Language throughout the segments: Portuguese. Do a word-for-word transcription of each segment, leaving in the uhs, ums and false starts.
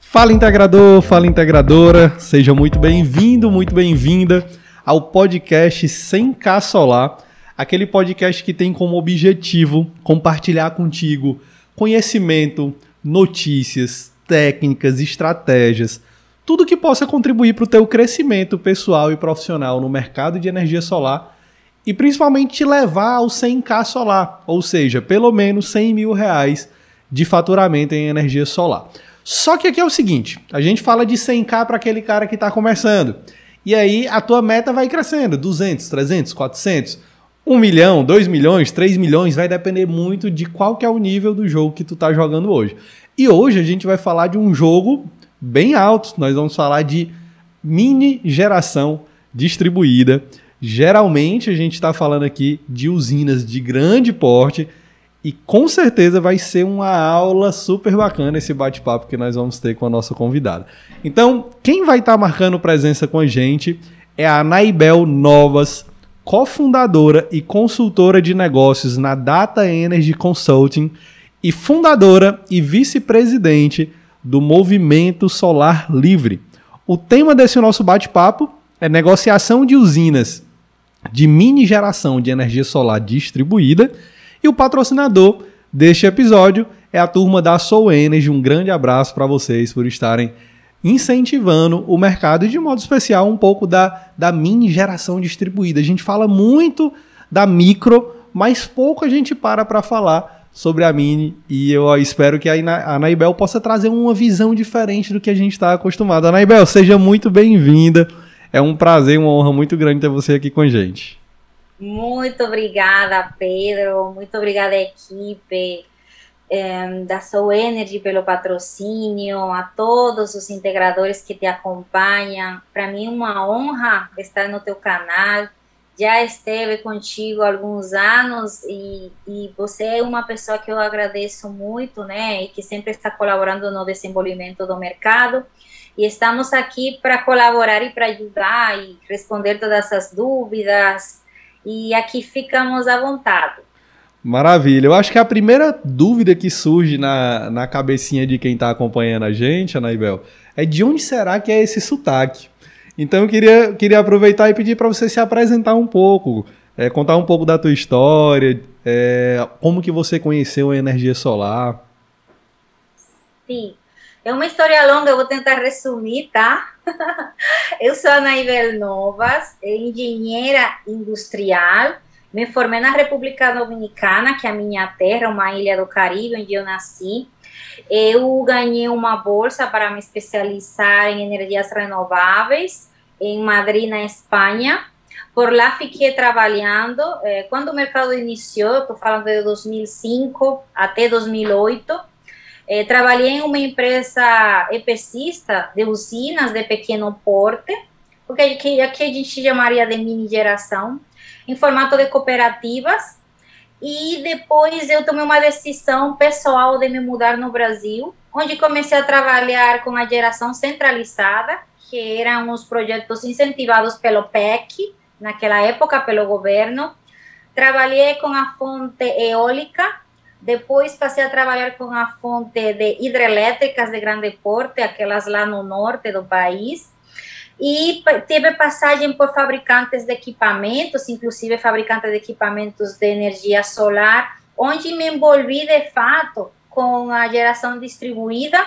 Fala integrador, fala integradora, seja muito bem-vindo, muito bem-vinda ao podcast cem K Solar, aquele podcast que tem como objetivo compartilhar contigo conhecimento, notícias, técnicas, estratégias, tudo que possa contribuir para o teu crescimento pessoal e profissional no mercado de energia solar e principalmente te levar ao cem K Solar, ou seja, pelo menos cem mil reais de faturamento em energia solar. Só que aqui é o seguinte, a gente fala de cem K para aquele cara que está começando. E aí a tua meta vai crescendo, duzentos, trezentos, quatrocentos, um milhão, dois milhões, três milhões, vai depender muito de qual que é o nível do jogo que tu está jogando hoje. E hoje a gente vai falar de um jogo bem alto, nós vamos falar de mini geração distribuída. Geralmente a gente está falando aqui de usinas de grande porte, e com certeza vai ser uma aula super bacana esse bate-papo que nós vamos ter com a nossa convidada. Então, quem vai estar marcando presença com a gente é a Anaibel Novas, cofundadora e consultora de negócios na Data Energy Consulting e fundadora e vice-presidente do Movimento Solar Livre. O tema desse nosso bate-papo é negociação de usinas de mini geração de energia solar distribuída. E o patrocinador deste episódio é a turma da Soul Energy. Um grande abraço para vocês por estarem incentivando o mercado e, de modo especial, um pouco da, da mini geração distribuída. A gente fala muito da micro, mas pouco a gente para para falar sobre a mini. E eu ó, espero que a Anaibel possa trazer uma visão diferente do que a gente está acostumado. Anaibel, seja muito bem-vinda. É um prazer e uma honra muito grande ter você aqui com a gente. Muito obrigada, Pedro. Muito obrigada, equipe eh, da Soul Energy pelo patrocínio, a todos os integradores que te acompanham. Para mim é uma honra estar no teu canal. Já esteve contigo há alguns anos e, e você é uma pessoa que eu agradeço muito, né? E que sempre está colaborando no desenvolvimento do mercado. E estamos aqui para colaborar e para ajudar e responder todas as dúvidas. E aqui ficamos à vontade. Maravilha. Eu acho que a primeira dúvida que surge na, na cabecinha de quem está acompanhando a gente, Anaibel, é de onde será que é esse sotaque? Então eu queria, queria aproveitar e pedir para você se apresentar um pouco, é, contar um pouco da tua história, é, como que você conheceu a energia solar. Sim. É uma história longa, eu vou tentar resumir, tá? Eu sou a Anaibel Novas, engenheira industrial, me formei na República Dominicana, que é a minha terra, uma ilha do Caribe, onde eu nasci. Eu ganhei uma bolsa para me especializar em energias renováveis em Madrid, na Espanha. Por lá fiquei trabalhando, eh, quando o mercado iniciou, estou falando de dois mil e cinco até dois mil e oito, Eh, trabalhei em uma empresa EPCista de usinas de pequeno porte, porque aqui, aqui a gente chamaria de mini geração, em formato de cooperativas, e depois eu tomei uma decisão pessoal de me mudar no Brasil, onde comecei a trabalhar com a geração centralizada, que eram os projetos incentivados pelo P E C, naquela época pelo governo. Trabalhei com a fonte eólica. Depois passei a trabalhar com a fonte de hidrelétricas de grande porte, aquelas lá no norte do país, e tive passagem por fabricantes de equipamentos, inclusive fabricantes de equipamentos de energia solar, onde me envolvi de fato com a geração distribuída,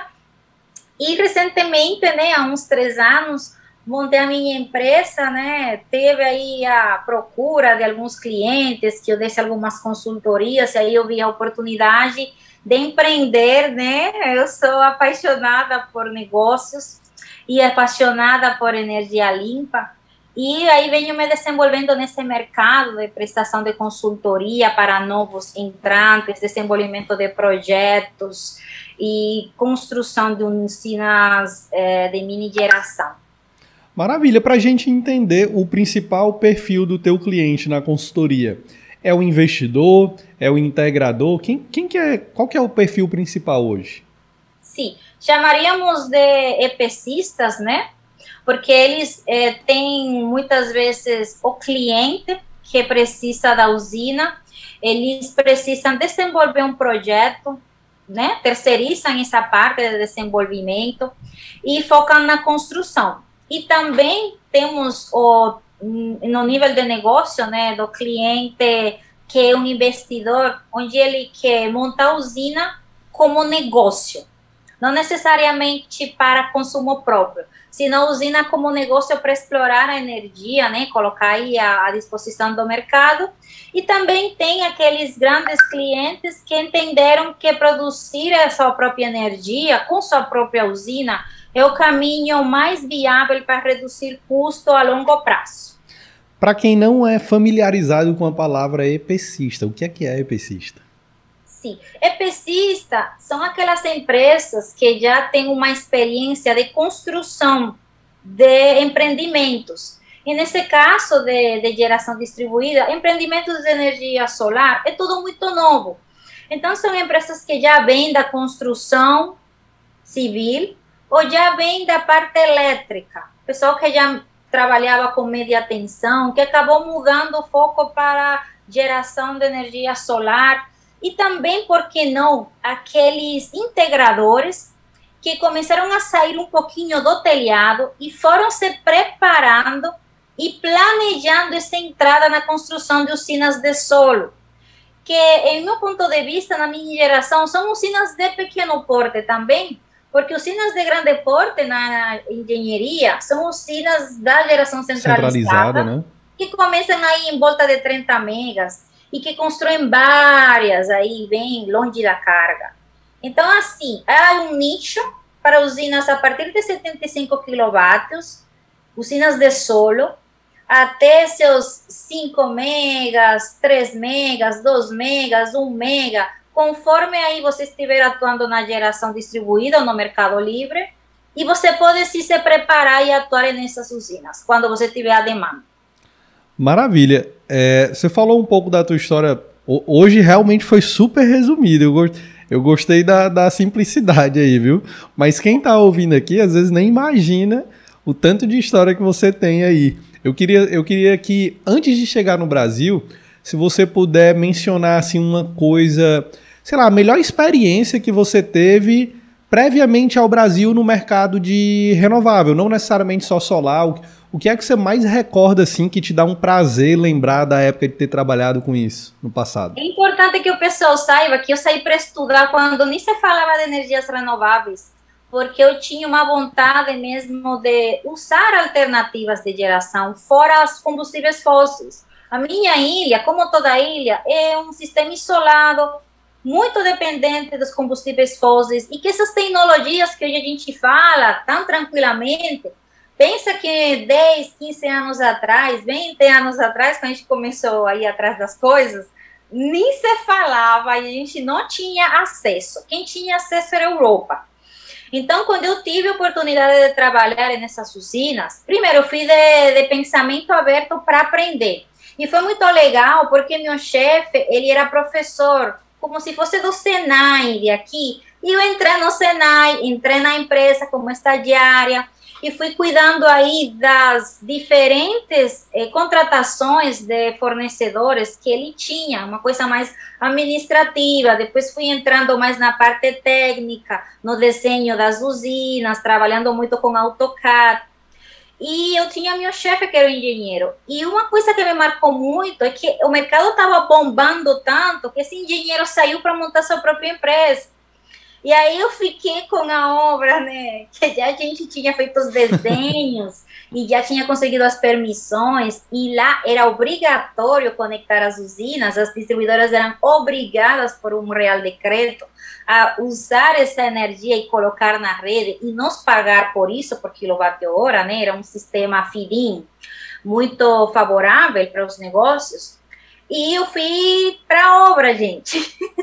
e recentemente, né, há uns três anos, montei a minha empresa, né, teve aí a procura de alguns clientes, que eu desse algumas consultorias, e aí eu vi a oportunidade de empreender, né, eu sou apaixonada por negócios e apaixonada por energia limpa, e aí venho me desenvolvendo nesse mercado de prestação de consultoria para novos entrantes, desenvolvimento de projetos e construção de usinas eh, de mini geração. Maravilha, para a gente entender o principal perfil do teu cliente na consultoria. É o investidor? É o integrador? Quem, quem que é, qual que é o perfil principal hoje? Sim, chamaríamos de EPCistas, né? Porque eles eh, têm muitas vezes o cliente que precisa da usina, eles precisam desenvolver um projeto, né, terceirizam essa parte de desenvolvimento e focam na construção. E também temos o, no nível de negócio, né, do cliente que é um investidor, onde ele quer montar a usina como negócio, não necessariamente para consumo próprio, senão usina como negócio para explorar a energia, né, colocar aí à, à disposição do mercado. E também tem aqueles grandes clientes que entenderam que produzir a sua própria energia com sua própria usina é o caminho mais viável para reduzir custo a longo prazo. Para quem não é familiarizado com a palavra EPCista, o que é que é EPCista? Sim, EPCista são aquelas empresas que já têm uma experiência de construção de empreendimentos. E nesse caso de, de geração distribuída, empreendimentos de energia solar é tudo muito novo. Então, são empresas que já vêm da construção civil ou já vêm da parte elétrica. Pessoal que já trabalhava com média tensão, que acabou mudando o foco para geração de energia solar. E também, por que não, aqueles integradores que começaram a sair um pouquinho do telhado e foram se preparando e planejando essa entrada na construção de usinas de solo, que, em meu ponto de vista, na minha geração, são usinas de pequeno porte também, porque usinas de grande porte na engenharia são usinas da geração centralizada, centralizada, né? Que começam aí em volta de trinta megas e que constroem várias aí bem longe da carga. Então, assim, há um nicho para usinas a partir de setenta e cinco quilowatts, usinas de solo, até seus cinco megas, três megas, dois megas, um mega, conforme aí você estiver atuando na geração distribuída ou no mercado livre, e você pode sim se preparar e atuar nessas usinas, quando você tiver a demanda. Maravilha. É, você falou um pouco da tua história, hoje realmente foi super resumido, eu, gost, eu gostei da, da simplicidade aí, viu? Mas quem tá ouvindo aqui, às vezes nem imagina o tanto de história que você tem aí. Eu queria, eu queria que, antes de chegar no Brasil, se você puder mencionar assim, uma coisa, sei lá, a melhor experiência que você teve previamente ao Brasil no mercado de renovável, não necessariamente só solar. O, o que é que você mais recorda, assim, que te dá um prazer lembrar da época de ter trabalhado com isso no passado? É importante que o pessoal saiba que eu saí para estudar quando nem se falava de energias renováveis, porque eu tinha uma vontade mesmo de usar alternativas de geração fora os combustíveis fósseis. A minha ilha, como toda ilha, é um sistema isolado, muito dependente dos combustíveis fósseis, e que essas tecnologias que hoje a gente fala tão tranquilamente, pensa que dez, quinze anos atrás, vinte anos atrás, quando a gente começou a ir atrás das coisas, nem se falava e a gente não tinha acesso. Quem tinha acesso era a Europa. Então, quando eu tive a oportunidade de trabalhar nessas usinas, primeiro eu fui de, de pensamento aberto para aprender. E foi muito legal, porque meu chefe, ele era professor, como se fosse do Senai de aqui. E eu entrei no Senai, entrei na empresa como estagiária, e fui cuidando aí das diferentes eh, contratações de fornecedores que ele tinha, uma coisa mais administrativa. Depois fui entrando mais na parte técnica, no desenho das usinas, trabalhando muito com AutoCAD. E eu tinha meu chefe que era o engenheiro. E uma coisa que me marcou muito é que o mercado estava bombando tanto que esse engenheiro saiu para montar sua própria empresa. E aí eu fiquei com a obra, né, que já a gente tinha feito os desenhos e já tinha conseguido as permissões, e lá era obrigatório conectar as usinas, as distribuidoras eram obrigadas por um real decreto a usar essa energia e colocar na rede e nos pagar por isso, por quilowatt-hora, né, era um sistema feed-in muito favorável para os negócios. E eu fui para a obra, gente.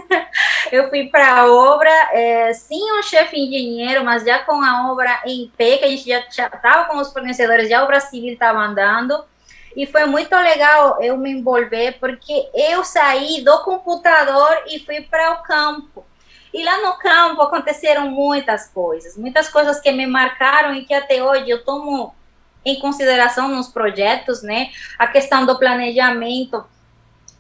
Eu fui para a obra, é, sim, um chefe engenheiro, mas já com a obra em pé, que a gente já estava com os fornecedores, já a obra civil estava andando. E foi muito legal eu me envolver, porque eu saí do computador e fui para o campo. E lá no campo aconteceram muitas coisas, muitas coisas que me marcaram e que até hoje eu tomo em consideração nos projetos, né? A questão do planejamento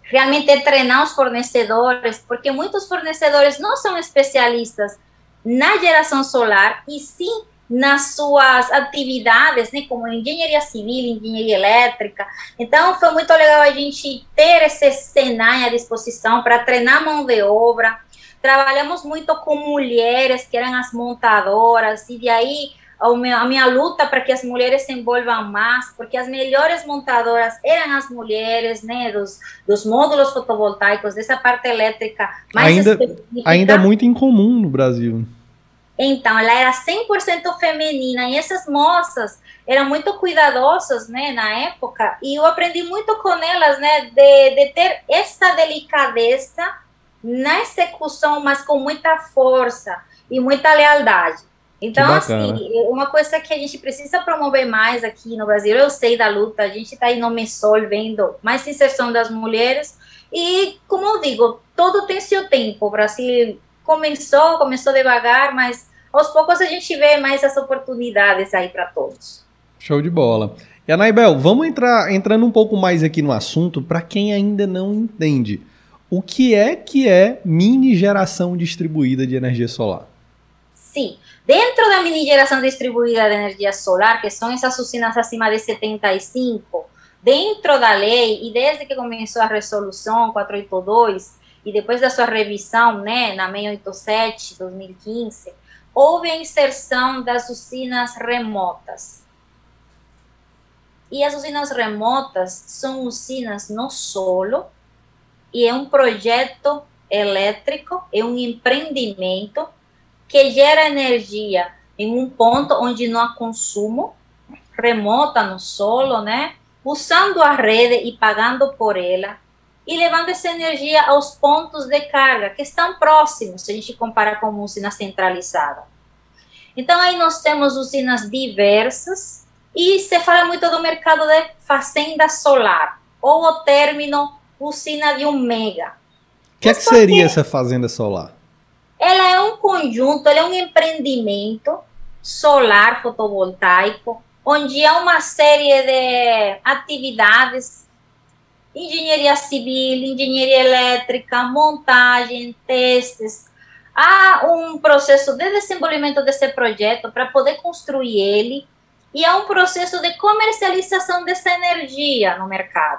realmente é treinar os fornecedores, porque muitos fornecedores não são especialistas na geração solar, e sim nas suas atividades, né, como engenharia civil, engenharia elétrica. Então, foi muito legal a gente ter esse cenário à disposição para treinar mão de obra. Trabalhamos muito com mulheres, que eram as montadoras, e de aí a minha, a minha luta para que as mulheres se envolvam mais, porque as melhores montadoras eram as mulheres, né, dos, dos módulos fotovoltaicos, dessa parte elétrica mais ainda, específica. ainda muito incomum no Brasil. Então, ela era cem por cento feminina, e essas moças eram muito cuidadosas, né, na época, e eu aprendi muito com elas, né, de, de ter essa delicadeza na execução, mas com muita força e muita lealdade. Então, assim, uma coisa que a gente precisa promover mais aqui no Brasil, eu sei da luta, a gente está aí no MESOL vendo mais inserção das mulheres, e, como eu digo, todo tem seu tempo. O Brasil começou, começou devagar, mas aos poucos a gente vê mais as oportunidades aí para todos. Show de bola. E Anaibel, vamos entrar entrando um pouco mais aqui no assunto para quem ainda não entende. O que é que é mini geração distribuída de energia solar? Sim, dentro da mini geração distribuída de energia solar, que são essas usinas acima de setenta e cinco, dentro da lei, e desde que começou a resolução quatrocentos e oitenta e dois, e depois da sua revisão, né, na seiscentos e oitenta e sete de dois mil e quinze, houve a inserção das usinas remotas. E as usinas remotas são usinas no solo, e é um projeto elétrico, é um empreendimento que gera energia em um ponto onde não há consumo, remota no solo, né? Usando a rede e pagando por ela, e levando essa energia aos pontos de carga, que estão próximos, se a gente comparar com uma usina centralizada. Então, aí nós temos usinas diversas, e se fala muito do mercado de fazenda solar, ou o término usina de um mega. O que, é que seria essa fazenda solar? Ela é um conjunto, ela é um empreendimento solar fotovoltaico, onde há uma série de atividades, engenharia civil, engenharia elétrica, montagem, testes. Há um processo de desenvolvimento desse projeto para poder construir ele, e há um processo de comercialização dessa energia no mercado.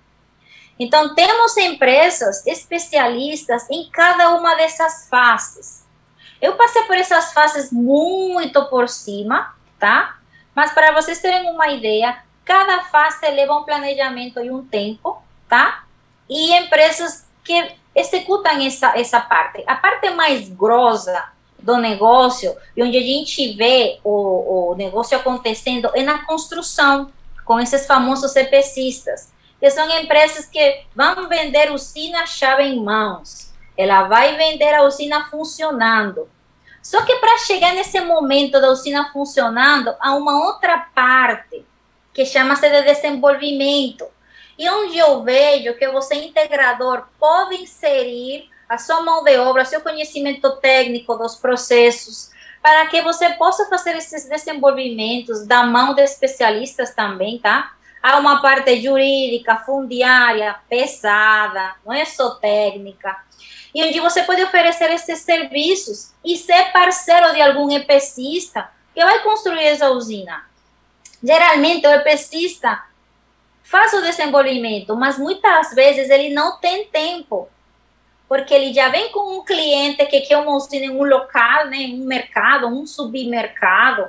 Então, temos empresas especialistas em cada uma dessas fases. Eu passei por essas fases muito por cima, tá? Mas para vocês terem uma ideia, cada fase leva um planejamento e um tempo, tá? E empresas que executam essa, essa parte. A parte mais grossa do negócio, e onde a gente vê o, o negócio acontecendo, é na construção, com esses famosos EPCistas, que são empresas que vão vender usina chave em mãos. Ela vai vender a usina funcionando. Só que para chegar nesse momento da usina funcionando, há uma outra parte, que chama-se de desenvolvimento. E onde eu vejo que você, integrador, pode inserir a sua mão de obra, seu conhecimento técnico dos processos, para que você possa fazer esses desenvolvimentos da mão de especialistas também, tá? Há uma parte jurídica, fundiária, pesada, não é só técnica, e onde você pode oferecer esses serviços e ser parceiro de algum EPCista que vai construir essa usina. Geralmente, o EPCista faz o desenvolvimento, mas muitas vezes ele não tem tempo, porque ele já vem com um cliente que quer uma usina em um local, né, um mercado, um submercado,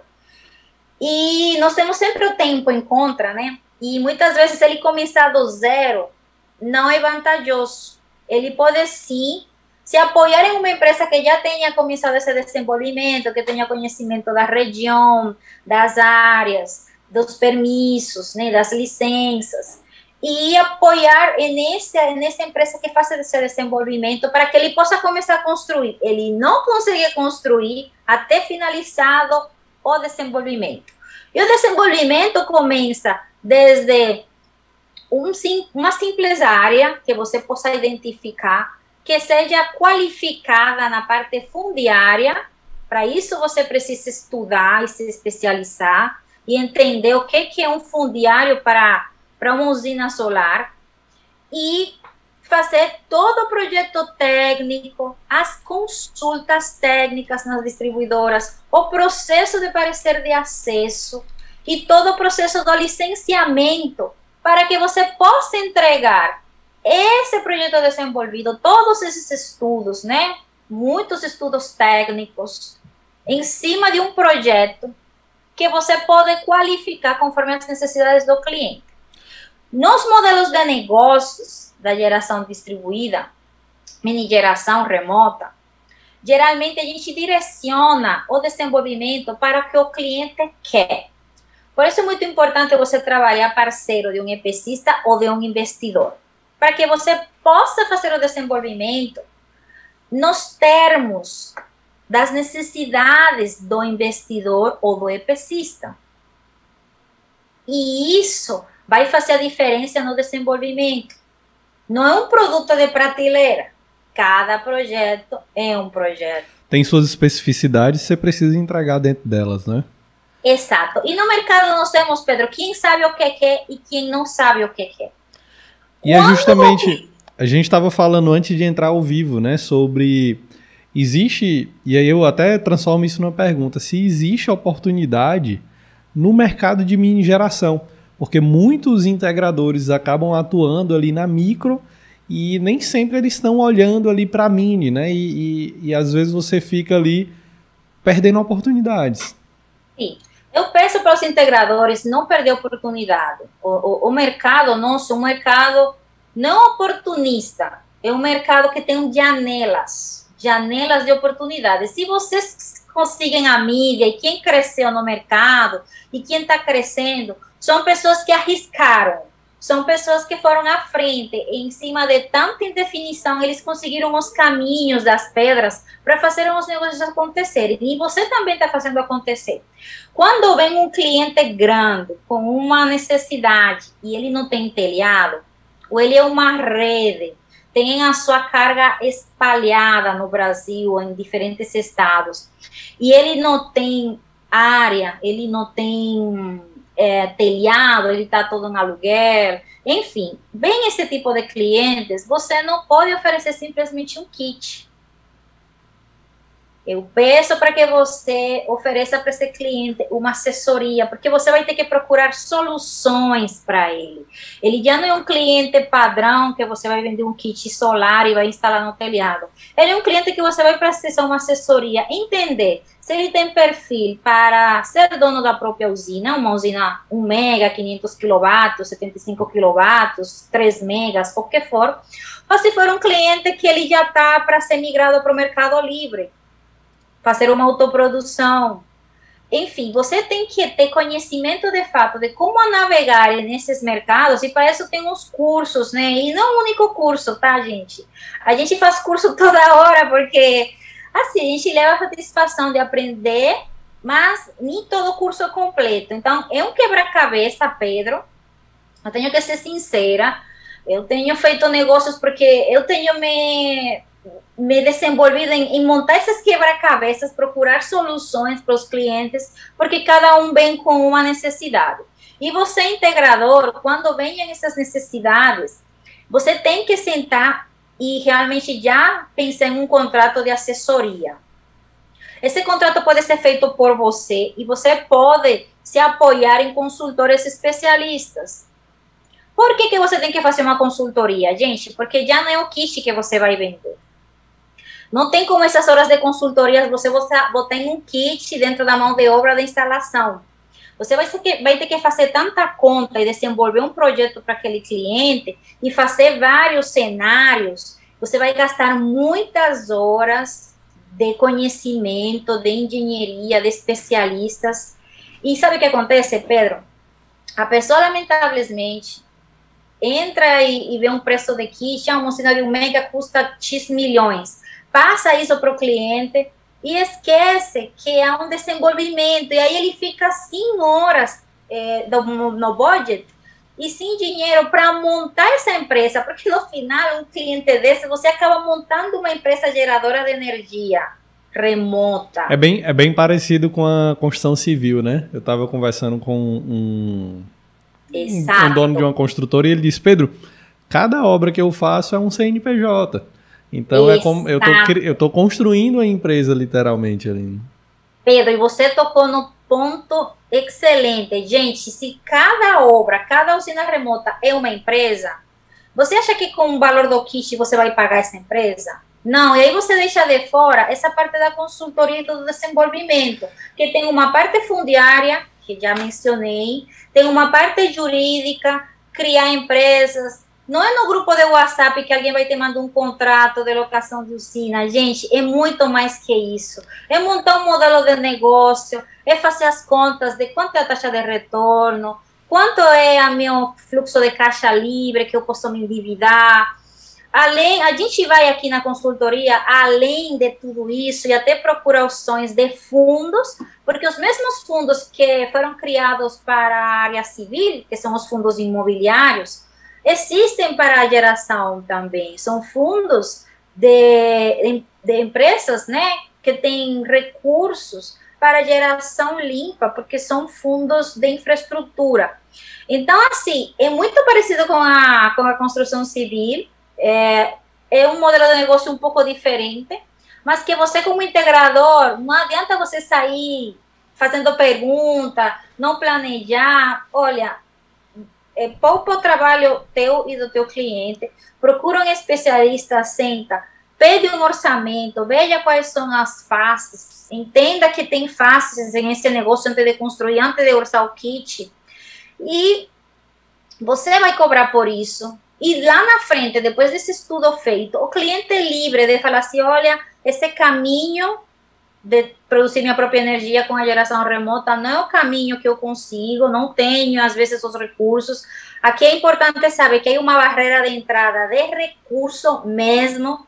e nós temos sempre o tempo em contra, né? E muitas vezes ele começar do zero não é vantajoso. Ele pode sim se apoiar em uma empresa que já tenha começado esse desenvolvimento, que tenha conhecimento da região, das áreas, dos permissos, né, das licenças, e apoiar nessa, nessa empresa que faça esse desenvolvimento para que ele possa começar a construir. Ele não consegue construir até finalizado o desenvolvimento. E o desenvolvimento começa desde um, uma simples área que você possa identificar, que seja qualificada na parte fundiária. Para isso você precisa estudar e se especializar e entender o que, que é um fundiário para, para uma usina solar, e fazer todo o projeto técnico, as consultas técnicas nas distribuidoras, o processo de parecer de acesso e todo o processo do licenciamento para que você possa entregar esse projeto desenvolvido, todos esses estudos, né? Muitos estudos técnicos em cima de um projeto que você pode qualificar conforme as necessidades do cliente. Nos modelos de negócios da geração distribuída, mini geração remota, geralmente a gente direciona o desenvolvimento para o que o cliente quer. Por isso é muito importante você trabalhar parceiro de um EPCista ou de um investidor, para que você possa fazer o desenvolvimento nos termos das necessidades do investidor ou do EPCista. E isso vai fazer a diferença no desenvolvimento. Não é um produto de prateleira. Cada projeto é um projeto. Tem suas especificidades, você precisa entregar dentro delas, né? Exato. E no mercado nós temos, Pedro, quem sabe o que quer e quem não sabe o que quer. E é justamente, a gente estava falando antes de entrar ao vivo, né, sobre, existe, e aí eu até transformo isso numa pergunta, se existe oportunidade no mercado de mini geração, porque muitos integradores acabam atuando ali na micro e nem sempre eles estão olhando ali para a mini, né, e, e, e às vezes você fica ali perdendo oportunidades. Sim. Eu peço para os integradores não perder a oportunidade. O, o, o mercado nosso é um mercado não oportunista, é um mercado que tem janelas, janelas de oportunidades. Se vocês conseguem a mídia e quem cresceu no mercado e quem está crescendo, são pessoas que arriscaram, são pessoas que foram à frente, e em cima de tanta indefinição, eles conseguiram os caminhos das pedras para fazer os negócios acontecerem. E você também está fazendo acontecer. Quando vem um cliente grande, com uma necessidade, e ele não tem telhado, ou ele é uma rede, tem a sua carga espalhada no Brasil, em diferentes estados, e ele não tem área, ele não tem... É, telhado, ele está todo no aluguel, enfim, bem esse tipo de clientes, você não pode oferecer simplesmente um kit. Eu peço para que você ofereça para esse cliente uma assessoria, porque você vai ter que procurar soluções para ele. Ele já não é um cliente padrão que você vai vender um kit solar e vai instalar no telhado. Ele é um cliente que você vai precisar uma assessoria, entender se ele tem perfil para ser dono da própria usina, uma usina um mega, quinhentos quilowatt, setenta e cinco quilowatt, três megas, o que for, ou se for um cliente que ele já está para ser migrado para o mercado livre, fazer uma autoprodução. Enfim, você tem que ter conhecimento de fato de como navegar nesses mercados, e para isso tem uns cursos, né? E não o único curso, tá, gente? A gente faz curso toda hora, porque, assim, a gente leva a satisfação de aprender, mas nem todo curso é completo. Então, é um quebra-cabeça, Pedro. Eu tenho que ser sincera. Eu tenho feito negócios porque eu tenho me... me desenvolvido em, em montar esses quebra-cabeças, procurar soluções para os clientes, porque cada um vem com uma necessidade. E você, integrador, quando vem essas necessidades, você tem que sentar e realmente já pensar em um contrato de assessoria. Esse contrato pode ser feito por você e você pode se apoiar em consultores especialistas. Por que que você tem que fazer uma consultoria, gente? Porque já não é o kit que você vai vender. Não tem como essas horas de consultoria você botar em um kit dentro da mão de obra da instalação. Você vai ter, que, vai ter que fazer tanta conta e desenvolver um projeto para aquele cliente e fazer vários cenários. Você vai gastar muitas horas de conhecimento, de engenharia, de especialistas. E sabe o que acontece, Pedro? A pessoa, lamentavelmente, entra e, e vê um preço de kit, uma usina de um mega custa X milhões. Passa isso para o cliente e esquece que é um desenvolvimento. E aí ele fica sem horas é, no, no budget e sem dinheiro para montar essa empresa. Porque no final, um cliente desse, você acaba montando uma empresa geradora de energia remota. É bem, é bem parecido com a construção civil, né? Eu estava conversando com um, um, um dono de uma construtora e ele disse, Pedro, cada obra que eu faço é um C N P J. Então, é como, eu tô, eu tô construindo a empresa, literalmente, ali. Pedro, e você tocou no ponto excelente. Gente, se cada obra, cada usina remota é uma empresa, você acha que com o valor do kit você vai pagar essa empresa? Não, e aí você deixa de fora essa parte da consultoria e do desenvolvimento, que tem uma parte fundiária, que já mencionei, tem uma parte jurídica, criar empresas. Não é no grupo de WhatsApp que alguém vai te mandar um contrato de locação de usina. Gente, é muito mais que isso. É montar um modelo de negócio, é fazer as contas de quanto é a taxa de retorno, quanto é o meu fluxo de caixa livre que eu posso me endividar. Além, a gente vai aqui na consultoria, além de tudo isso, e até procura opções de fundos, porque os mesmos fundos que foram criados para a área civil, que são os fundos imobiliários, existem para a geração também. São fundos de, de empresas, né, que têm recursos para geração limpa, porque são fundos de infraestrutura. Então, assim, é muito parecido com a, com a construção civil, é, é um modelo de negócio um pouco diferente, mas que você, como integrador, não adianta você sair fazendo pergunta, não planejar. Olha, é, poupa o trabalho teu e do teu cliente, procura um especialista, senta, pede um orçamento, veja quais são as faces, entenda que tem faces em esse negócio antes de construir, antes de orçar o kit, e você vai cobrar por isso. E lá na frente, depois desse estudo feito, o cliente é livre de falar assim, olha, esse caminho de produzir minha própria energia com a geração remota não é o caminho que eu consigo, não tenho, às vezes, os recursos. Aqui é importante saber que hay uma barreira de entrada de recurso mesmo,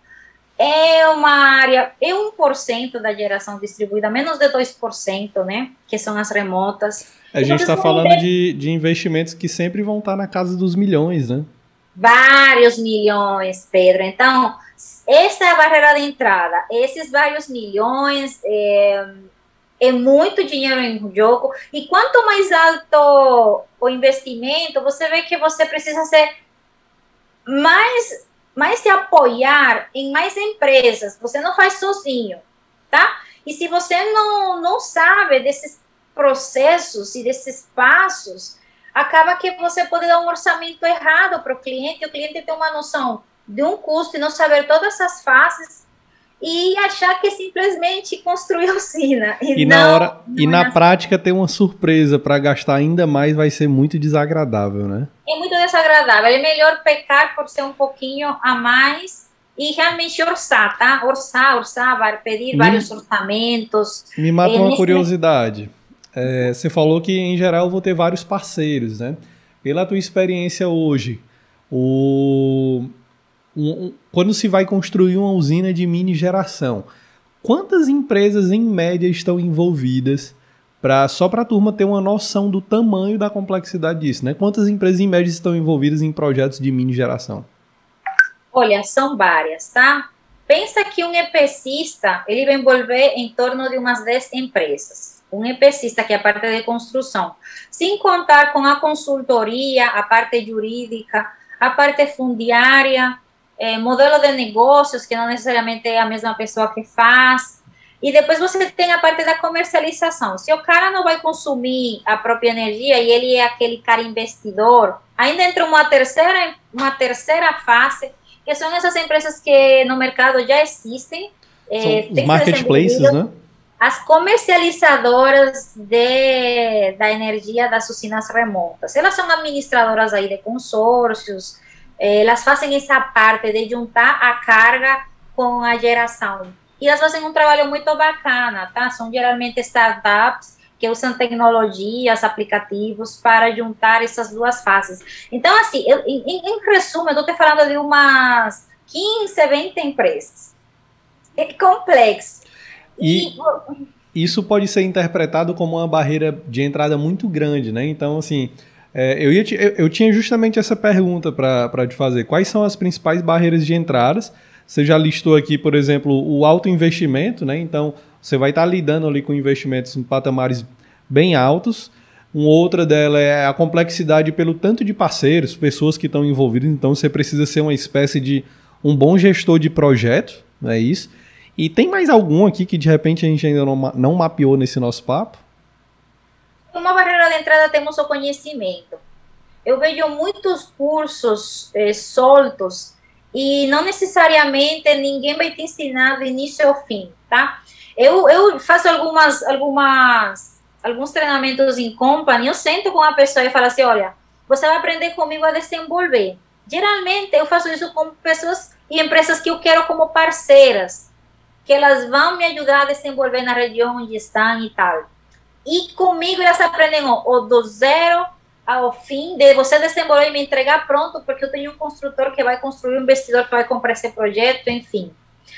é uma área, é um por cento da geração distribuída, menos de dois por cento, né, que são as remotas. A gente está falando de, de investimentos que sempre vão estar na casa dos milhões, né? Vários milhões, Pedro. Então, essa é a barreira de entrada. Esses vários milhões é, é muito dinheiro em jogo. E quanto mais alto o investimento, você vê que você precisa ser mais, mais se apoiar em mais empresas. Você não faz sozinho, tá? E se você não, não sabe desses processos e desses passos, acaba que você pode dar um orçamento errado para o cliente, e o cliente tem uma noção de um custo e não saber todas essas fases e achar que simplesmente construir usina. E, e não, na, hora, não e é na assim. prática ter uma surpresa para gastar ainda mais vai ser muito desagradável, né? É muito desagradável. É melhor pecar por ser um pouquinho a mais e realmente orçar, tá? Orçar, orçar, pedir Me, vários orçamentos. Me mata é, uma nesse... curiosidade. É, você falou que, em geral, eu vou ter vários parceiros, né? Pela tua experiência hoje, o, um, quando se vai construir uma usina de mini geração, quantas empresas, em média, estão envolvidas, pra, só para a turma ter uma noção do tamanho da complexidade disso, né? Quantas empresas, em média, estão envolvidas em projetos de mini geração? Olha, são várias, tá? Pensa que um EPCista, ele vai envolver em torno de umas dez empresas. Um EPCista, que é a parte de construção, sem contar com a consultoria, a parte jurídica, a parte fundiária, eh, modelo de negócios, que não necessariamente é a mesma pessoa que faz, e depois você tem a parte da comercialização. Se o cara não vai consumir a própria energia e ele é aquele cara investidor, ainda entra uma terceira, uma terceira fase, que são essas empresas que no mercado já existem. São eh, os marketplaces, né? As comercializadoras de, da energia das usinas remotas. Elas são administradoras aí de consórcios, eh, elas fazem essa parte de juntar a carga com a geração. E elas fazem um trabalho muito bacana, tá? São geralmente startups que usam tecnologias, aplicativos para juntar essas duas fases. Então, assim, eu, em, em resumo, eu estou te falando de umas quinze, vinte empresas. É complexo. E isso pode ser interpretado como uma barreira de entrada muito grande, né? Então, assim, é, eu, ia te, eu, eu tinha justamente essa pergunta para te fazer. Quais são as principais barreiras de entradas? Você já listou aqui, por exemplo, o alto investimento, né? Então, você vai estar lidando ali com investimentos em patamares bem altos. Uma outra dela é a complexidade pelo tanto de parceiros, pessoas que estão envolvidas. Então, você precisa ser uma espécie de um bom gestor de projeto, não é isso? E tem mais algum aqui que, de repente, a gente ainda não, não mapeou nesse nosso papo? Uma barreira de entrada temos o conhecimento. Eu vejo muitos cursos eh, soltos e não necessariamente ninguém vai te ensinar do início ao fim, tá? Eu, eu faço algumas, algumas, alguns treinamentos em company, eu sento com a pessoa e falo assim, olha, você vai aprender comigo a desenvolver. Geralmente eu faço isso com pessoas e empresas que eu quero como parceiras, que elas vão me ajudar a desenvolver na região onde estão e tal. E comigo elas aprendem ó, ó, do zero ao fim, de você desenvolver e me entregar pronto, porque eu tenho um construtor que vai construir, um investidor que vai comprar esse projeto, enfim.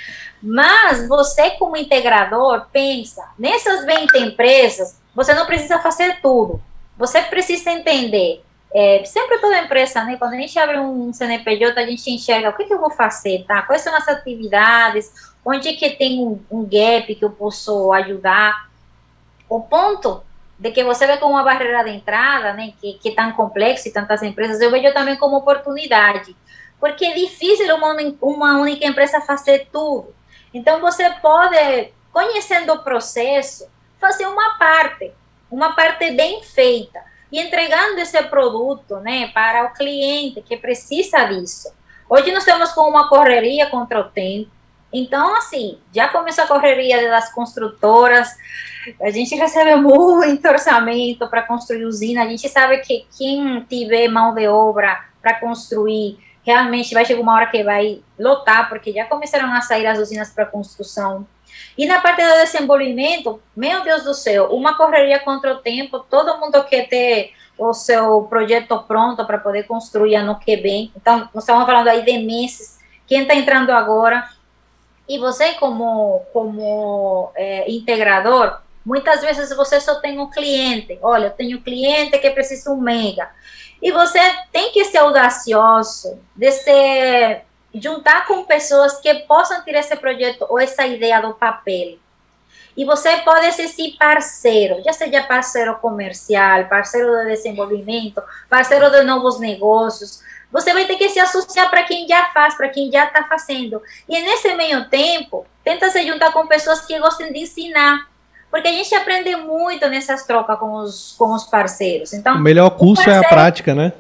Mas você, como integrador, pensa, nessas vinte empresas, você não precisa fazer tudo. Você precisa entender, é, sempre toda empresa, né, quando a gente abre um C N P J, a gente enxerga o que, que eu vou fazer, tá? Quais são as atividades, onde que tem um, um gap que eu posso ajudar. O ponto de que você vê como uma barreira de entrada, né, que, que é tão complexo e tantas empresas, eu vejo também como oportunidade, porque é difícil uma, uma única empresa fazer tudo. Então, você pode, conhecendo o processo, fazer uma parte, uma parte bem feita, e entregando esse produto, né, para o cliente que precisa disso. Hoje nós estamos com uma correria contra o tempo, então, assim, já começou a correria das construtoras, a gente recebe muito orçamento para construir usina, a gente sabe que quem tiver mão de obra para construir, realmente vai chegar uma hora que vai lotar, porque já começaram a sair as usinas para construção. E na parte do desenvolvimento, meu Deus do céu, uma correria contra o tempo, todo mundo quer ter o seu projeto pronto para poder construir ano que vem. Então, nós estamos falando aí de meses, quem está entrando agora. E você, como, como é, integrador, muitas vezes você só tem um cliente. Olha, eu tenho um cliente que precisa um mega. E você tem que ser audacioso, de se juntar com pessoas que possam tirar esse projeto ou essa ideia do papel. E você pode ser sim parceiro, já seja parceiro comercial, parceiro de desenvolvimento, parceiro de novos negócios. Você vai ter que se associar para quem já faz, para quem já está fazendo. E nesse meio tempo, tenta se juntar com pessoas que gostem de ensinar. Porque a gente aprende muito nessas trocas com os, com os parceiros. Então, o melhor curso o parceiro, é a prática, né?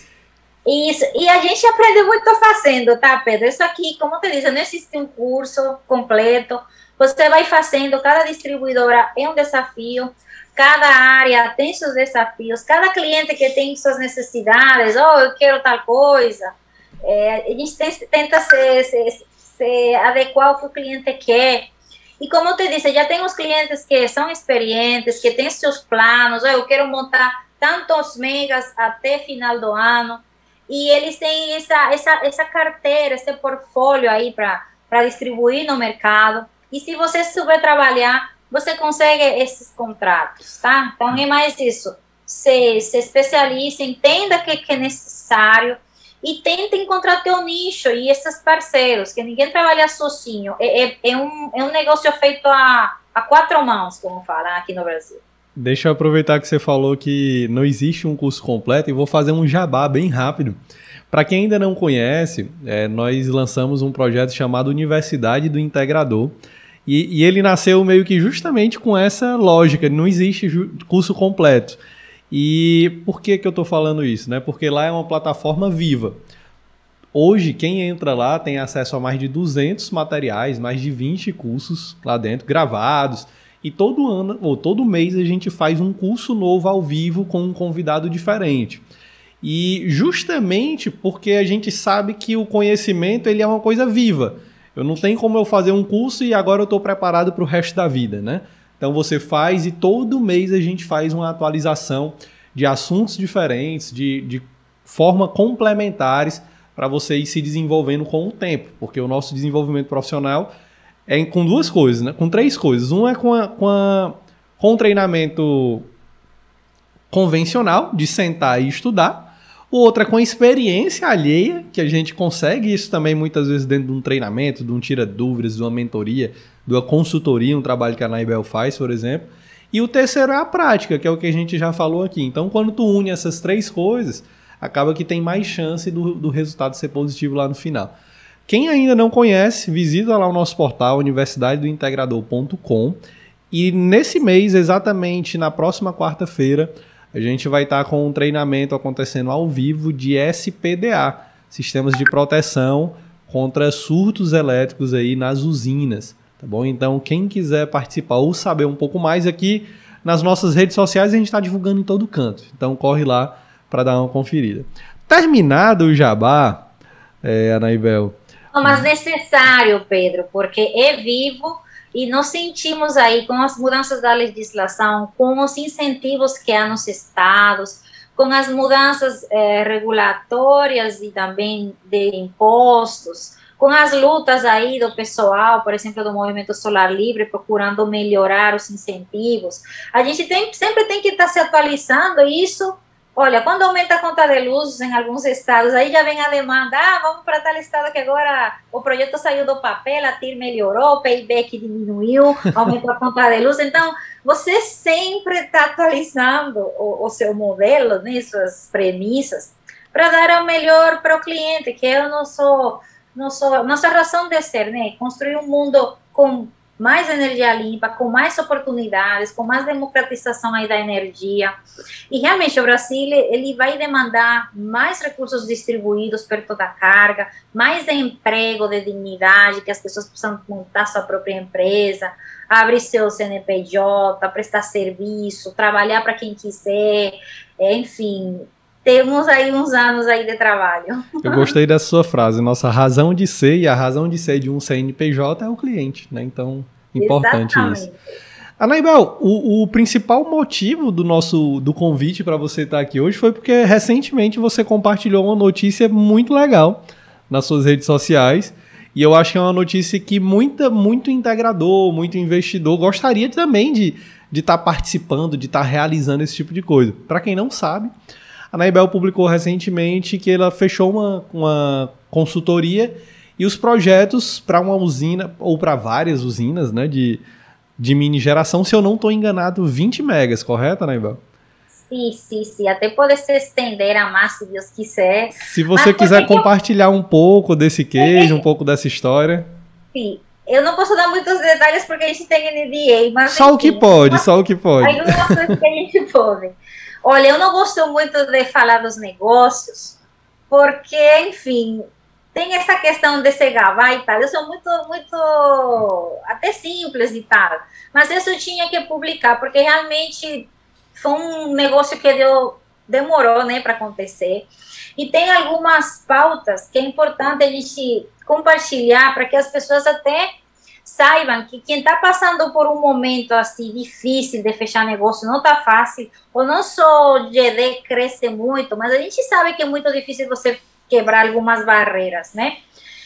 Isso. E a gente aprende muito fazendo, tá, Pedro? Isso aqui, como te disse, não existe um curso completo. Você vai fazendo, cada distribuidora é um desafio. Cada área tem seus desafios, cada cliente que tem suas necessidades, oh, eu quero tal coisa, é, a gente tem, tenta se, se, se adequar ao que o cliente quer. E como eu te disse, já tem os clientes que são experientes, que têm seus planos, oh, eu quero montar tantos megas até final do ano, e eles têm essa, essa, essa carteira, esse portfólio aí para distribuir no mercado. E se você souber trabalhar, você consegue esses contratos, tá? Então, é mais isso. Se, se especialize, entenda o que, que é necessário e tenta encontrar teu nicho e esses parceiros, que ninguém trabalha sozinho. É, é, é, um, é um negócio feito a, a quatro mãos, como falam aqui no Brasil. Deixa eu aproveitar que você falou que não existe um curso completo e vou fazer um jabá bem rápido. Para quem ainda não conhece, é, nós lançamos um projeto chamado Universidade do Integrador. E, e ele nasceu meio que justamente com essa lógica, não existe curso completo. E por que, que eu estou falando isso? Né? Porque lá é uma plataforma viva. Hoje, quem entra lá tem acesso a mais de duzentos materiais, mais de vinte cursos lá dentro, gravados. E todo ano, ou todo mês, a gente faz um curso novo ao vivo com um convidado diferente. E justamente porque a gente sabe que o conhecimento ele é uma coisa viva. Eu não tenho como eu fazer um curso e agora eu estou preparado para o resto da vida, né? Então você faz e todo mês a gente faz uma atualização de assuntos diferentes, de, de forma complementares para você ir se desenvolvendo com o tempo. Porque o nosso desenvolvimento profissional é com duas coisas, né? Com três coisas. Um é com, a, com, a, com o treinamento convencional, de sentar e estudar. O outro é com a experiência alheia, que a gente consegue isso também muitas vezes dentro de um treinamento, de um tira-dúvidas, de uma mentoria, de uma consultoria, um trabalho que a Anaibel faz, por exemplo. E o terceiro é a prática, que é o que a gente já falou aqui. Então, quando tu une essas três coisas, acaba que tem mais chance do, do resultado ser positivo lá no final. Quem ainda não conhece, visita lá o nosso portal universidade do integrador ponto com e nesse mês, exatamente na próxima quarta-feira, a gente vai estar com um treinamento acontecendo ao vivo de S P D A, Sistemas de Proteção contra Surtos Elétricos aí nas usinas. Tá bom? Então, quem quiser participar ou saber um pouco mais aqui, nas nossas redes sociais a gente está divulgando em todo canto. Então, corre lá para dar uma conferida. Terminado o jabá, é, Anaibel. Não, mas necessário, Pedro, porque é vivo e nós sentimos aí com as mudanças da legislação, com os incentivos que há nos estados, com as mudanças eh, regulatórias e também de impostos, com as lutas aí do pessoal, por exemplo, do Movimento Solar Livre, procurando melhorar os incentivos. A gente tem, sempre tem que estar se atualizando e isso, olha, quando aumenta a conta de luz em alguns estados, aí já vem a demanda, ah, vamos para tal estado que agora o projeto saiu do papel, a T I R melhorou, o P I B que diminuiu, aumentou a conta de luz. Então, você sempre está atualizando o, o seu modelo, né, suas premissas, para dar o melhor para o cliente, que é o nosso... Nosso, nossa razão de ser, né? Construir um mundo com mais energia limpa, com mais oportunidades, com mais democratização aí da energia. E realmente o Brasil, ele vai demandar mais recursos distribuídos perto da carga, mais emprego de dignidade, que as pessoas precisam montar sua própria empresa, abrir seu C N P J, prestar serviço, trabalhar para quem quiser, enfim... Temos aí uns anos aí de trabalho. Eu gostei dessa sua frase. Nossa razão de ser e a razão de ser de um C N P J é o cliente, né? Então, importante Exatamente. Isso. Anaibel, o, o principal motivo do nosso do convite para você estar aqui hoje foi porque recentemente você compartilhou uma notícia muito legal nas suas redes sociais. E eu acho que é uma notícia que muita, muito integrador, muito investidor gostaria também de estar de tá participando, de estar tá realizando esse tipo de coisa. Para quem não sabe, a Anaibel publicou recentemente que ela fechou uma, uma consultoria e os projetos para uma usina, ou para várias usinas, né, de, de mini geração, se eu não estou enganado, vinte megas, correto, Anaibel? Sim, sim, sim. Até pode se estender a mais, se Deus quiser. Se você Mas quiser compartilhar eu... um pouco desse case, um pouco dessa história. Sim. Eu não posso dar muitos detalhes porque a gente tem N D A, mas... Só enfim, o que pode, uma... só o que pode. Algumas coisas que a gente pode. Olha, eu não gosto muito de falar dos negócios, porque, enfim, tem essa questão de se gabar e tal. Eu sou muito, muito, até simples e tal. Mas isso eu tinha que publicar, porque realmente foi um negócio que deu, demorou, né, para acontecer. E tem algumas pautas que é importante a gente compartilhar para que as pessoas até saibam que quem está passando por um momento assim difícil de fechar negócio, não está fácil, o nosso G D cresce muito, mas a gente sabe que é muito difícil você quebrar algumas barreiras, né?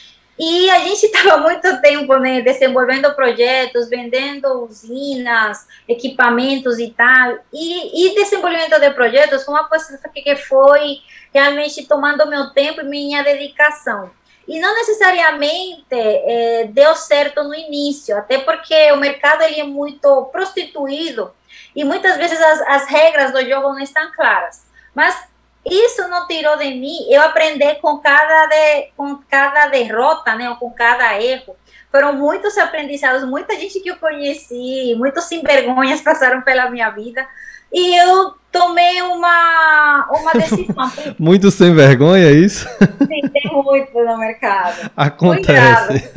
E a gente estava muito tempo, né, desenvolvendo projetos, vendendo usinas, equipamentos e tal, e, e desenvolvimento de projetos foi uma coisa que foi realmente tomando meu tempo e minha dedicação. E não necessariamente é, deu certo no início, até porque o mercado ele é muito prostituído e muitas vezes as, as regras do jogo não estão claras. Mas isso não tirou de mim eu aprendi com cada, de, com cada derrota, né, ou com cada erro. Foram muitos aprendizados, muita gente que eu conheci, muitos sem vergonhas passaram pela minha vida. E eu tomei uma, uma decisão. Muito sem vergonha, é isso? Sim, tem muito no mercado. Acontece.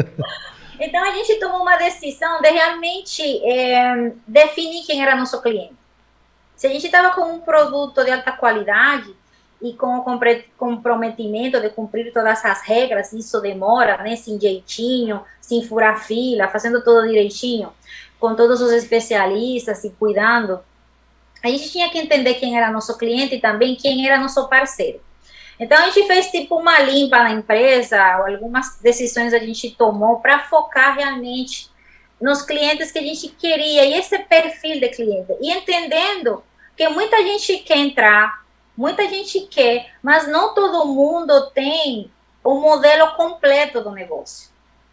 Então, a gente tomou uma decisão de realmente é, definir quem era nosso cliente. Se a gente estava com um produto de alta qualidade e com o comprometimento de cumprir todas as regras, isso demora, né, sem jeitinho, sem furar fila, fazendo tudo direitinho, com todos os especialistas e cuidando, a gente tinha que entender quem era nosso cliente e também quem era nosso parceiro. Então, a gente fez tipo uma limpa na empresa, algumas decisões a gente tomou para focar realmente nos clientes que a gente queria, e esse perfil de cliente. E entendendo que muita gente quer entrar, muita gente quer, mas não todo mundo tem o modelo completo do negócio.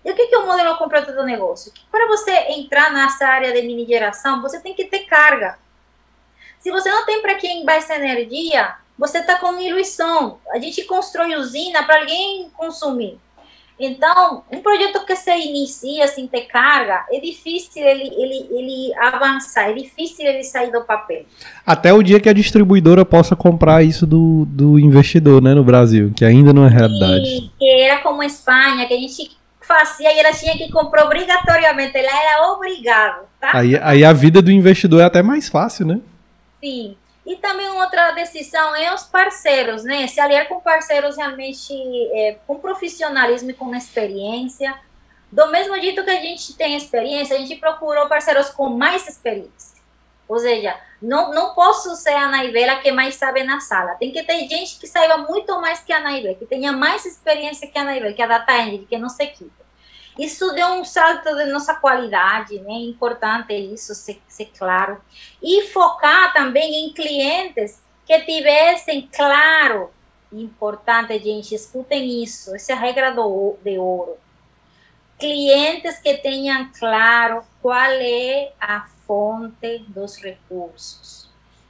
E o que é o modelo completo do negócio? Que para você entrar nessa área de mini geração, você tem que ter carga. Se você não tem para quem vai essa energia, você está com ilusão. A gente constrói usina para alguém consumir. Então, um projeto que se inicia sem ter carga, é difícil ele, ele, ele avançar, é difícil ele sair do papel. Até o dia que a distribuidora possa comprar isso do, do investidor, né, no Brasil, que ainda não é realidade. E que era como a Espanha, que a gente fazia e ela tinha que comprar obrigatoriamente, ela era obrigada, tá? Aí, aí a vida do investidor é até mais fácil, né? Sim. E também outra decisão é os parceiros, né? Se aliar com parceiros realmente é, com profissionalismo e com experiência. Do mesmo jeito que a gente tem experiência, a gente procurou parceiros com mais experiência. Ou seja, não, não posso ser a Naivela que mais sabe na sala. Tem que ter gente que saiba muito mais que a Naivela, que tenha mais experiência que a Naivela, que a Data Engine, que não se equipe. Isso deu um salto de nossa qualidade, né? É importante isso ser, ser claro. E focar também em clientes que tivessem claro, importante, gente, escutem isso, essa é a regra do, de ouro. Clientes que tenham claro qual é a fonte dos recursos.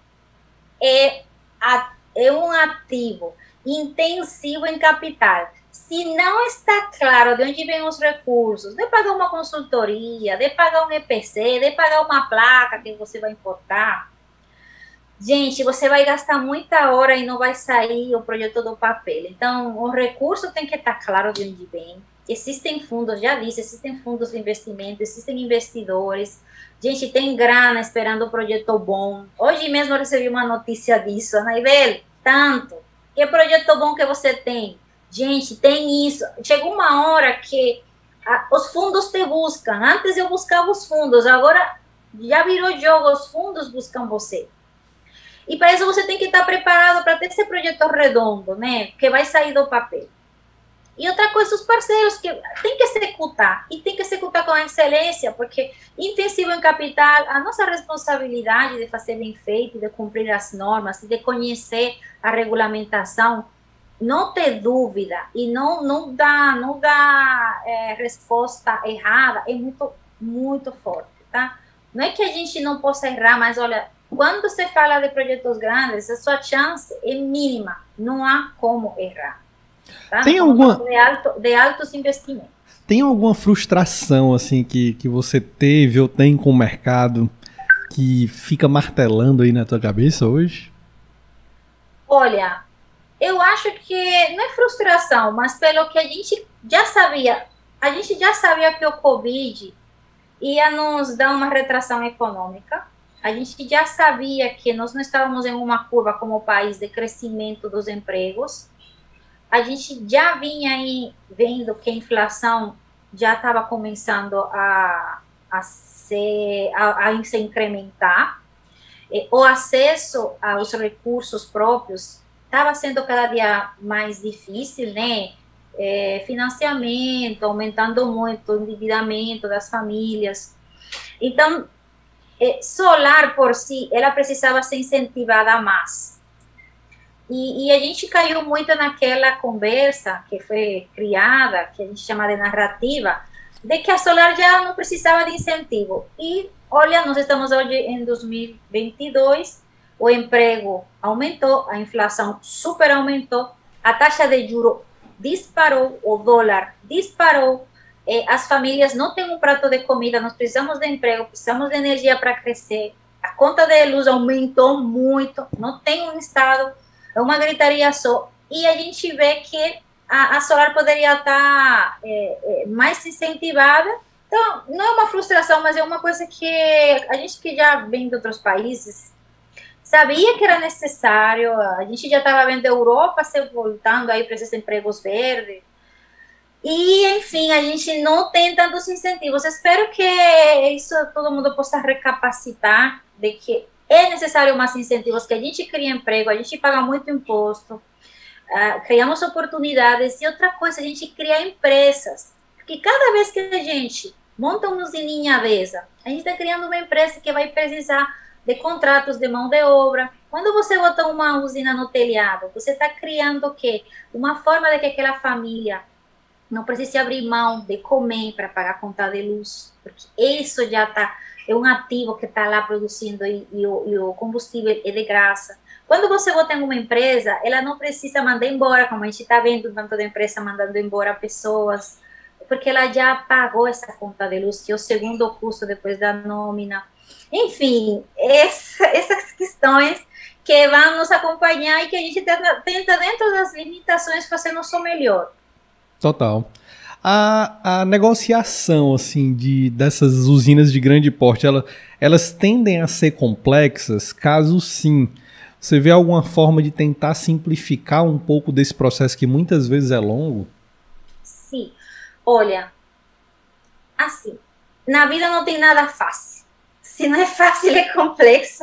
É, é um ativo intensivo em capital. Se não está claro de onde vêm os recursos, de pagar uma consultoria, de pagar um E P C, de pagar uma placa que você vai importar, gente, você vai gastar muita hora e não vai sair o projeto do papel. Então, o recurso tem que estar claro de onde vem. Existem fundos, já disse, existem fundos de investimento, existem investidores. Gente, tem grana esperando um projeto bom. Hoje mesmo eu recebi uma notícia disso, Anaibel, tanto. Que projeto bom que você tem? Gente, tem isso. Chegou uma hora que a, os fundos te buscam. Antes eu buscava os fundos, agora já virou jogo, os fundos buscam você. E para isso você tem que estar preparado para ter esse projeto redondo, né? Que vai sair do papel. E outra coisa, os parceiros que tem que executar, e tem que executar com excelência, porque intensivo em capital, a nossa responsabilidade de fazer bem feito, de cumprir as normas, de conhecer a regulamentação, não ter dúvida e não, não dá, não dá é, resposta errada, é muito, muito forte, tá? Não é que a gente não possa errar, mas olha, quando você fala de projetos grandes, a sua chance é mínima, não há como errar. Tá? Tem alguma... de, alto, de altos investimentos. Tem alguma frustração assim que, que você teve ou tem com o mercado que fica martelando aí na tua cabeça hoje? Olha, eu acho que não é frustração, mas pelo que a gente já sabia, a gente já sabia que o Covid ia nos dar uma retração econômica. A gente já sabia que nós não estávamos em uma curva como país de crescimento dos empregos. A gente já vinha aí vendo que a inflação já estava começando a, a, se, a, a se incrementar. O acesso aos recursos próprios estava sendo cada dia mais difícil, né? É, financiamento, aumentando muito o endividamento das famílias. Então, é, solar por si, ela precisava ser incentivada mais. E, e a gente caiu muito naquela conversa que foi criada, que a gente chama de narrativa, de que a solar já não precisava de incentivo. E, olha, nós estamos hoje em dois mil e vinte e dois, o emprego aumentou, a inflação super aumentou, a taxa de juros disparou, o dólar disparou, eh, as famílias não têm um prato de comida, nós precisamos de emprego, precisamos de energia para crescer, a conta de luz aumentou muito, não tem um estado, é uma gritaria só, e a gente vê que a, a solar poderia estar é, é, mais incentivada. Então, não é uma frustração, mas é uma coisa que a gente que já vem de outros países sabia que era necessário, a gente já estava vendo a Europa se voltando aí para esses empregos verdes, e, enfim, a gente não tem tantos incentivos. Espero que isso todo mundo possa recapacitar de que é necessário mais incentivos, que a gente cria emprego, a gente paga muito imposto, uh, criamos oportunidades, e outra coisa, a gente cria empresas, porque cada vez que a gente monta uma usininha dessa, a gente está criando uma empresa que vai precisar de contratos de mão de obra. Quando você bota uma usina no telhado, você está criando o quê? Uma forma de que aquela família não precise abrir mão de comer para pagar a conta de luz, porque isso já está, é um ativo que está lá produzindo e, e, o, e o combustível é de graça. Quando você bota em uma empresa, ela não precisa mandar embora, como a gente está vendo tanto da empresa mandando embora pessoas, porque ela já pagou essa conta de luz, que é o segundo custo depois da nómina. Enfim, essa, essas questões que vão nos acompanhar e que a gente tenta, tenta dentro das limitações, fazer nosso melhor. Total. A, a negociação, assim, de, dessas usinas de grande porte, ela, elas tendem a ser complexas? Caso sim, você vê alguma forma de tentar simplificar um pouco desse processo que muitas vezes é longo? Sim. Olha, assim, na vida não tem nada fácil. Se não é fácil, é complexo.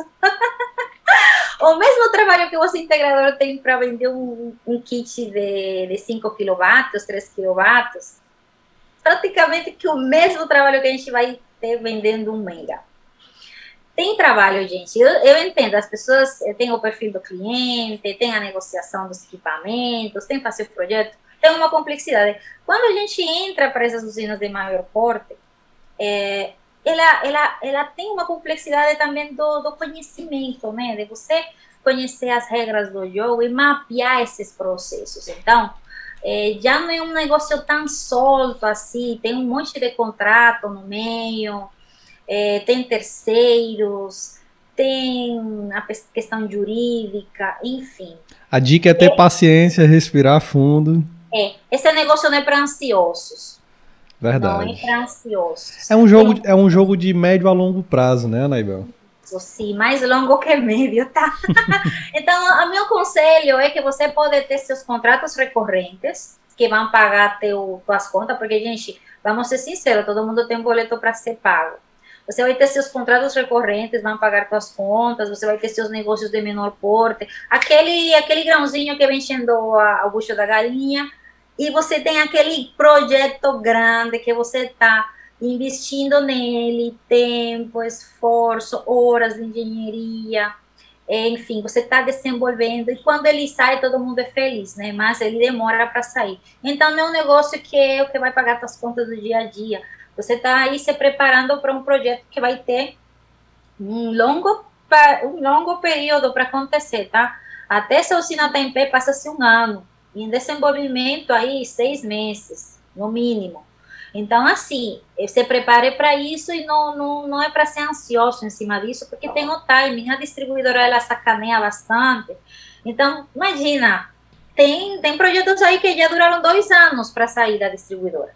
O mesmo trabalho que você, integrador, tem para vender um, um kit de, de cinco quilowatt, três quilowatt, praticamente que o mesmo trabalho que a gente vai ter vendendo um mega. Tem trabalho, gente, eu, eu entendo, as pessoas têm o perfil do cliente, tem a negociação dos equipamentos, tem que fazer o projeto, tem uma complexidade. Quando a gente entra para essas usinas de maior porte, é, ela, ela, ela tem uma complexidade também do, do conhecimento, né, de você conhecer as regras do jogo e mapear esses processos. Então, é, já não é um negócio tão solto assim, tem um monte de contrato no meio, é, tem terceiros, tem a questão jurídica, enfim. A dica é ter é, paciência, respirar fundo. É, esse negócio não é para ansiosos. Verdade. Não é para ansiosos. É um jogo, é um jogo de médio a longo prazo, né, Anaibel? Sim, mais longo que médio, tá? Então, o meu conselho é que você pode ter seus contratos recorrentes, que vão pagar teu, tuas contas, porque, gente, vamos ser sinceros, todo mundo tem um boleto para ser pago. Você vai ter seus contratos recorrentes, vão pagar suas contas, você vai ter seus negócios de menor porte, aquele, aquele grãozinho que vem enchendo a, o bucho da galinha, e você tem aquele projeto grande que você está investindo nele, tempo, esforço, horas de engenharia, enfim, você está desenvolvendo, e quando ele sai, todo mundo é feliz, né? Mas ele demora para sair. Então, não é um negócio que é o que vai pagar suas contas do dia a dia. Você está aí se preparando para um projeto que vai ter um longo, um longo período para acontecer, tá? Até se a usina está em pé, passa-se um ano. Em desenvolvimento, aí, seis meses, no mínimo. Então, assim, se prepare para isso e não, não, não é para ser ansioso em cima disso, porque tem o timing. A distribuidora, ela sacaneia bastante. Então, imagina, tem, tem projetos aí que já duraram dois anos para sair da distribuidora.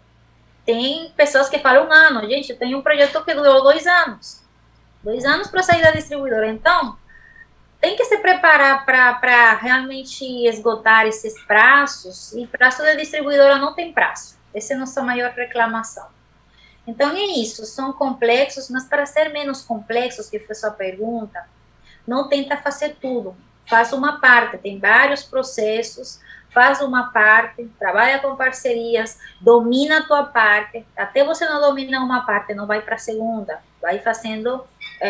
Tem pessoas que falam um ano. Gente, tem um projeto que durou dois anos. Dois anos para sair da distribuidora. Então, tem que se preparar para realmente esgotar esses prazos. E prazo da distribuidora não tem prazo. Essa é a nossa maior reclamação. Então, é isso. São complexos, mas para ser menos complexos, que foi sua pergunta, não tenta fazer tudo. Faz uma parte. Tem vários processos. Faz uma parte, trabalha com parcerias, domina a tua parte. Até você não dominar uma parte, não vai para a segunda. Vai fazendo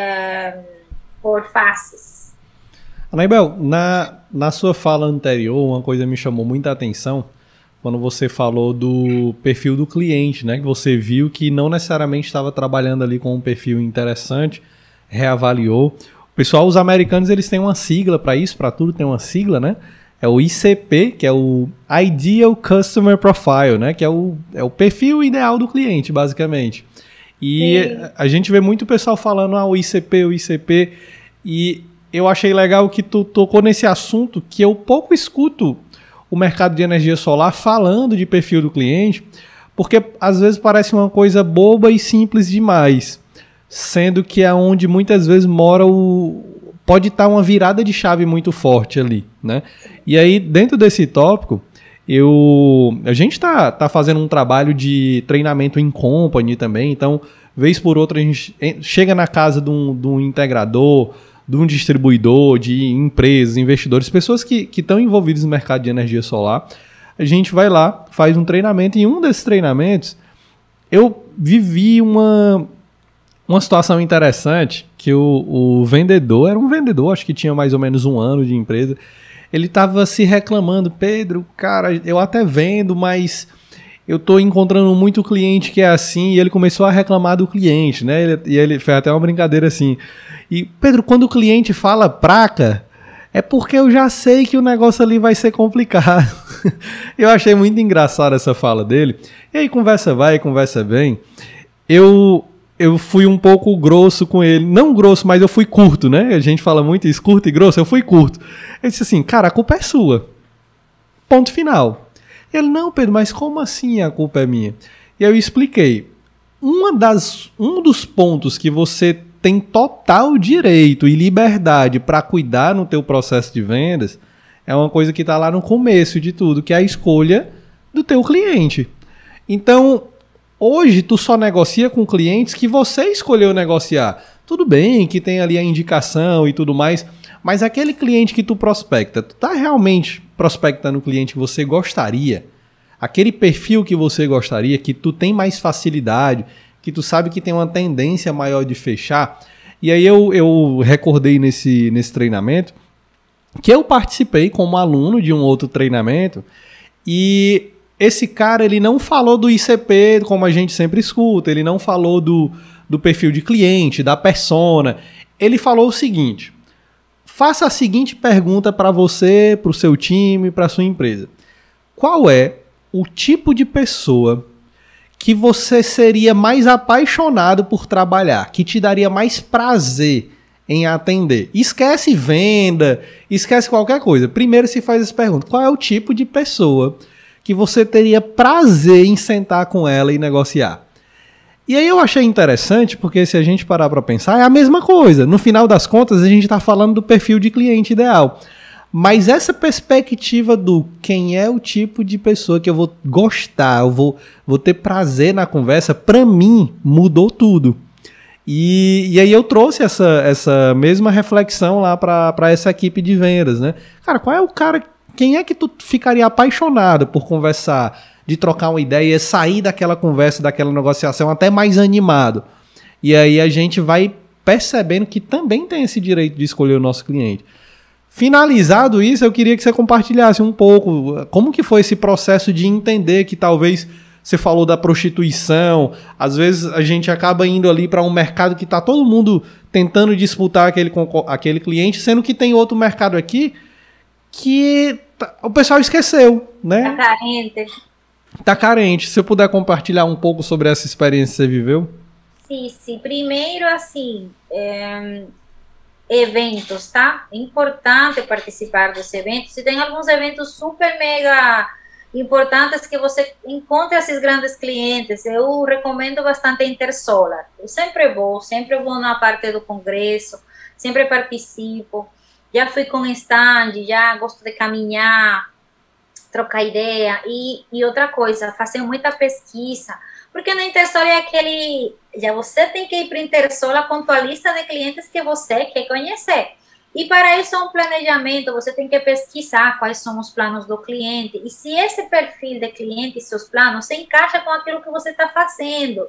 é, por fases. Anaibel, na, na sua fala anterior, uma coisa me chamou muita atenção, quando você falou do perfil do cliente, né? Que você viu que não necessariamente estava trabalhando ali com um perfil interessante, reavaliou. O pessoal, os americanos, eles têm uma sigla para isso, para tudo tem uma sigla, né? É o I C P, que é o Ideal Customer Profile, né? Que é o, é o perfil ideal do cliente, basicamente. E Sim. a gente vê muito pessoal falando, ah, o I C P, o I C P, e eu achei legal que tu tocou nesse assunto que eu pouco escuto o mercado de energia solar falando de perfil do cliente, porque às vezes parece uma coisa boba e simples demais, sendo que é onde muitas vezes mora o... pode estar uma virada de chave muito forte ali, né? E aí, dentro desse tópico, eu, a gente está tá fazendo um trabalho de treinamento em company também, então, vez por outra, a gente chega na casa de um, de um integrador, de um distribuidor, de empresas, investidores, pessoas que estão envolvidas no mercado de energia solar. A gente vai lá, faz um treinamento, e em um desses treinamentos, eu vivi uma... Uma situação interessante, que o, o vendedor, era um vendedor, acho que tinha mais ou menos um ano de empresa, ele estava se reclamando, Pedro, cara, eu até vendo, mas eu tô encontrando muito cliente que é assim, e ele começou a reclamar do cliente, né? Ele, e ele fez até uma brincadeira assim. E, Pedro, quando o cliente fala praca, é porque eu já sei que o negócio ali vai ser complicado. Eu achei muito engraçado essa fala dele. E aí, conversa vai, conversa vem. Eu, eu fui um pouco grosso com ele. Não grosso, mas eu fui curto, né? A gente fala muito isso, curto e grosso. Eu fui curto. Ele disse assim, cara, a culpa é sua. Ponto final. Ele, não, Pedro, mas como assim a culpa é minha? E eu expliquei. Uma das, um dos pontos que você tem total direito e liberdade para cuidar no teu processo de vendas é uma coisa que está lá no começo de tudo, que é a escolha do teu cliente. Então, hoje tu só negocia com clientes que você escolheu negociar. Tudo bem que tem ali a indicação e tudo mais, mas aquele cliente que tu prospecta, tu tá realmente prospectando o cliente que você gostaria? Aquele perfil que você gostaria, que tu tem mais facilidade, que tu sabe que tem uma tendência maior de fechar? E aí eu, eu recordei nesse, nesse treinamento que eu participei como aluno de um outro treinamento e esse cara ele não falou do I C P como a gente sempre escuta, ele não falou do, do perfil de cliente, da persona. Ele falou o seguinte: faça a seguinte pergunta para você, para o seu time, para a sua empresa. Qual é o tipo de pessoa que você seria mais apaixonado por trabalhar, que te daria mais prazer em atender? Esquece venda, esquece qualquer coisa. Primeiro se faz essa pergunta: qual é o tipo de pessoa que você teria prazer em sentar com ela e negociar? E aí eu achei interessante, porque se a gente parar para pensar, é a mesma coisa. No final das contas, a gente está falando do perfil de cliente ideal. Mas essa perspectiva do quem é o tipo de pessoa que eu vou gostar, eu vou, vou ter prazer na conversa, para mim, mudou tudo. E, e aí eu trouxe essa, essa mesma reflexão lá para essa equipe de vendas, né? Cara, qual é o cara, quem é que tu ficaria apaixonado por conversar, de trocar uma ideia, sair daquela conversa, daquela negociação até mais animado? E aí a gente vai percebendo que também tem esse direito de escolher o nosso cliente. Finalizado isso, eu queria que você compartilhasse um pouco como que foi esse processo de entender que talvez você falou da prostituição, às vezes a gente acaba indo ali para um mercado que está todo mundo tentando disputar aquele, aquele cliente, sendo que tem outro mercado aqui que o pessoal esqueceu, né? Tá carente. Tá carente. Se eu puder compartilhar um pouco sobre essa experiência que você viveu. Sim, sim. Primeiro, assim, é... eventos, tá? É importante participar dos eventos. E tem alguns eventos super mega importantes que você encontra esses grandes clientes. Eu recomendo bastante a Intersolar. Eu sempre vou, sempre vou na parte do congresso, sempre participo. Já fui com stand, já gosto de caminhar, trocar ideia. E, e outra coisa, fazer muita pesquisa. Porque na Intersolar é aquele... Já você tem que ir para a Intersolar com a lista de clientes que você quer conhecer. E para isso é um planejamento, você tem que pesquisar quais são os planos do cliente. E se esse perfil de cliente e seus planos se encaixa com aquilo que você está fazendo.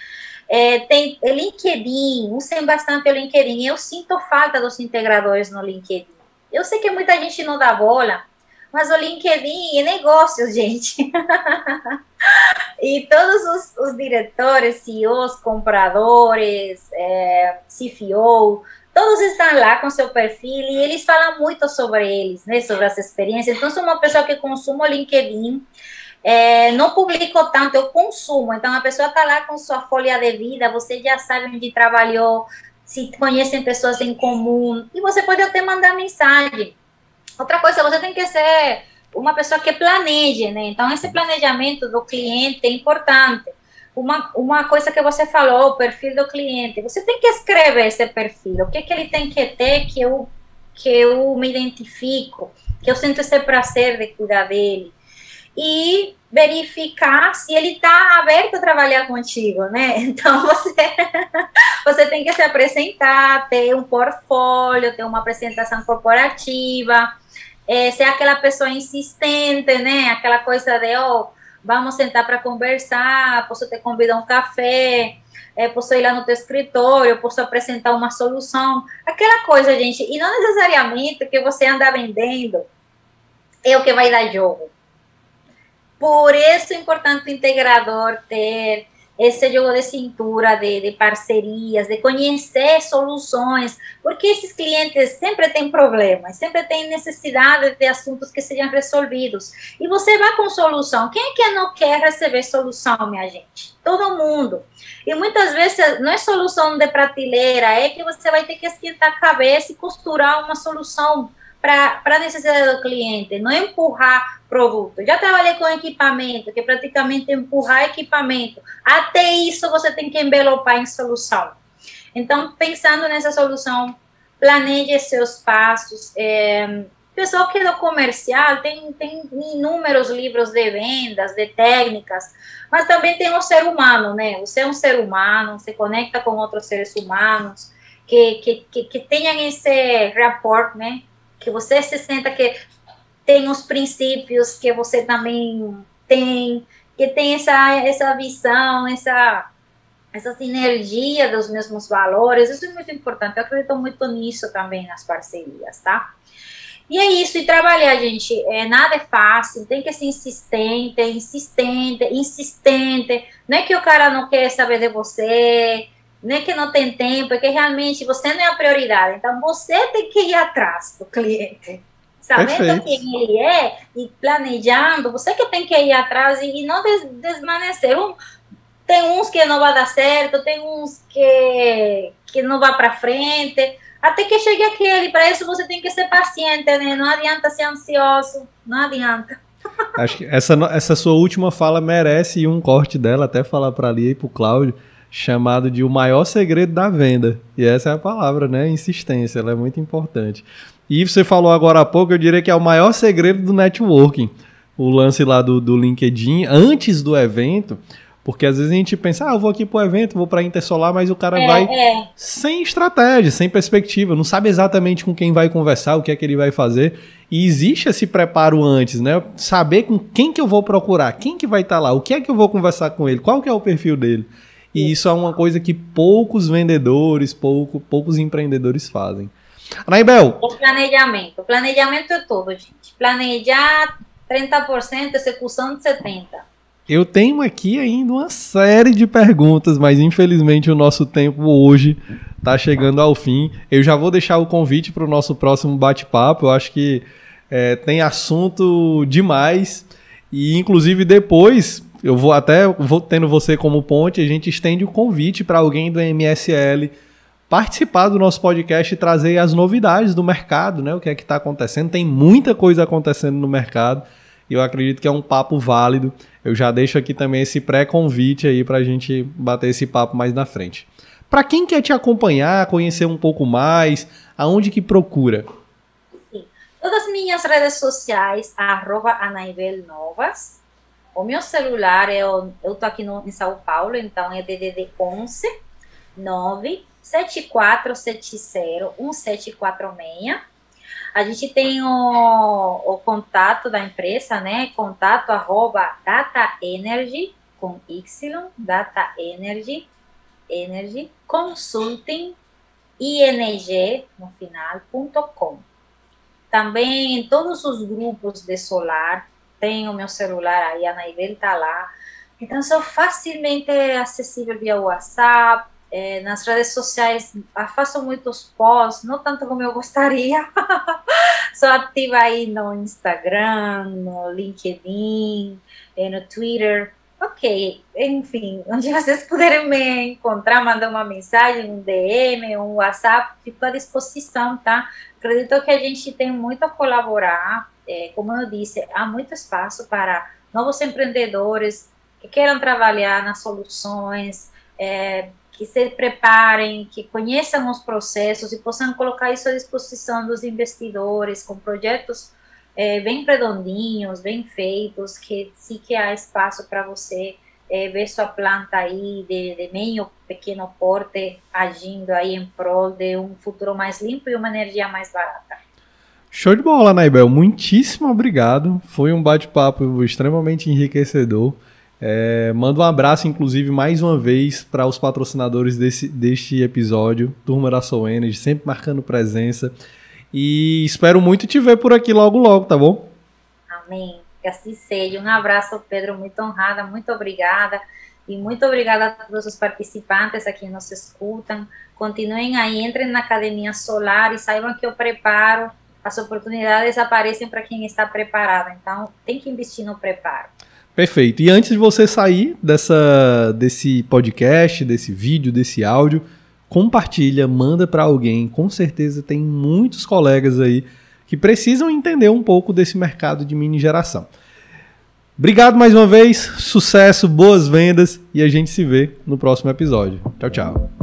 É, tem é LinkedIn, usem bastante o LinkedIn. Eu sinto falta dos integradores no LinkedIn. Eu sei que muita gente não dá bola, mas o LinkedIn é negócio, gente. E todos os, os diretores, C E Os, compradores, é, C F O, todos estão lá com seu perfil e eles falam muito sobre eles, né, sobre as experiências. Então, sou uma pessoa que consumo o LinkedIn, é, não publico tanto, eu consumo. Então, a pessoa está lá com sua folha de vida, você já sabe onde trabalhou, se conhecem pessoas em comum, e você pode até mandar mensagem. Outra coisa, você tem que ser uma pessoa que planeje, né? Então, esse planejamento do cliente é importante. Uma, uma coisa que você falou, o perfil do cliente, você tem que escrever esse perfil, o que, que ele tem que ter que eu, que eu me identifico, que eu sinto esse prazer de cuidar dele. E verificar se ele está aberto a trabalhar contigo, né? Então, você, você tem que se apresentar, ter um portfólio, ter uma apresentação corporativa, é, ser aquela pessoa insistente, né? Aquela coisa de, oh, vamos sentar para conversar, posso te convidar um café, é, posso ir lá no teu escritório, posso apresentar uma solução. Aquela coisa, gente. E não necessariamente o que você anda vendendo é o que vai dar jogo. por isso é importante o integrador ter esse jogo de cintura, de, de parcerias, de conhecer soluções, porque esses clientes sempre têm problemas, sempre têm necessidade de assuntos que sejam resolvidos, e você vai com solução. Quem é que não quer receber solução, minha gente? Todo mundo. E muitas vezes não é solução de prateleira, é que você vai ter que esquentar a cabeça e costurar uma solução para a necessidade do cliente, não empurrar produto. Já trabalhei com equipamento, que é praticamente empurrar equipamento. Até isso você tem que envelopar em solução. Então, pensando nessa solução, planeje seus passos. É, pessoal que é do comercial, tem, tem inúmeros livros de vendas, de técnicas, mas também tem o ser humano, né? Você é um ser humano, se conecta com outros seres humanos, que, que, que, que tenham esse rapport, né? Que você se senta que tem os princípios que você também tem, que tem essa, essa visão, essa, essa sinergia dos mesmos valores. Isso é muito importante, eu acredito muito nisso também nas parcerias, tá? E é isso, e trabalhar, gente, é, nada é fácil, tem que ser insistente, insistente, insistente, não é que o cara não quer saber de você, não é que não tem tempo, é que realmente você não é a prioridade. Então, você tem que ir atrás do cliente. Sabendo Perfeito. quem ele é e planejando, você que tem que ir atrás e, e não des, desmanecer. Um, tem uns que não vai dar certo, tem uns que, que não vai para frente, até que chegue aquele. Para isso, você tem que ser paciente, né? Não adianta ser ansioso, não adianta. Acho que essa, essa sua última fala merece um corte dela, até falar para ali e para o Cláudio, chamado de o maior segredo da venda. E essa é a palavra, né? Insistência, ela é muito importante. E você falou agora há pouco, eu diria que é o maior segredo do networking. O lance lá do, do LinkedIn, antes do evento, porque às vezes a gente pensa, ah, eu vou aqui pro evento, vou pra Intersolar, mas o cara é, vai é. sem estratégia, sem perspectiva, não sabe exatamente com quem vai conversar, o que é que ele vai fazer. E existe esse preparo antes, né? Saber com quem que eu vou procurar, quem que vai estar lá, o que é que eu vou conversar com ele, qual que é o perfil dele. E isso é uma coisa que poucos vendedores, pouco, poucos empreendedores fazem. Anaibel. O planejamento. O planejamento é tudo, gente. Planejar trinta por cento, execução de setenta por cento. Eu tenho aqui ainda uma série de perguntas, mas infelizmente o nosso tempo hoje está chegando ao fim. Eu já vou deixar o convite para o nosso próximo bate-papo. Eu acho que é, tem assunto demais. E inclusive depois... Eu vou até, vou tendo você como ponte, a gente estende o convite para alguém do M S L participar do nosso podcast e trazer as novidades do mercado, né? O que é que está acontecendo. Tem muita coisa acontecendo no mercado e eu acredito que é um papo válido. Eu já deixo aqui também esse pré-convite aí para a gente bater esse papo mais na frente. Para quem quer te acompanhar, conhecer um pouco mais, aonde que procura? Sim. Todas as minhas redes sociais, arroba Anaibel Novas. O meu celular, eu estou aqui no, em São Paulo, então é D D D onze nove sete quatro sete zero um sete quatro seis. A gente tem o, o contato da empresa, né? Contato arroba Data Energy, com Y, Data Energy, Energy Consulting, I N G no final, ponto com. Também em todos os grupos de solar, tem o meu celular aí, a Anaibel está lá. Então, sou facilmente acessível via WhatsApp, é, nas redes sociais, faço muitos posts, não tanto como eu gostaria. Sou ativa aí no Instagram, no LinkedIn, é, no Twitter. Ok, enfim, onde vocês puderem me encontrar, mandar uma mensagem, um D M, um WhatsApp, fico à disposição, tá? Acredito que a gente tem muito a colaborar. É, como eu disse, há muito espaço para novos empreendedores que queiram trabalhar nas soluções, é, que se preparem, que conheçam os processos e possam colocar isso à disposição dos investidores com projetos é, bem redondinhos, bem feitos, que sim que há espaço para você é, ver sua planta aí de, de meio pequeno porte agindo aí em prol de um futuro mais limpo e uma energia mais barata. Show de bola, Anaibel. Muitíssimo obrigado. Foi um bate-papo extremamente enriquecedor. É, mando um abraço, inclusive, mais uma vez para os patrocinadores desse, deste episódio, Turma da Soul Energy, sempre marcando presença. E espero muito te ver por aqui logo, logo, tá bom? Amém. Que assim seja. Um abraço, Pedro, muito honrada, muito obrigada. E muito obrigada a todos os participantes aqui que nos escutam. Continuem aí, entrem na Academia Solar e saibam que eu preparo, as oportunidades aparecem para quem está preparado. Então, tem que investir no preparo. Perfeito. E antes de você sair dessa, desse podcast, desse vídeo, desse áudio, compartilha, manda para alguém. Com certeza tem muitos colegas aí que precisam entender um pouco desse mercado de mini geração. Obrigado mais uma vez, sucesso, boas vendas e a gente se vê no próximo episódio. Tchau, tchau.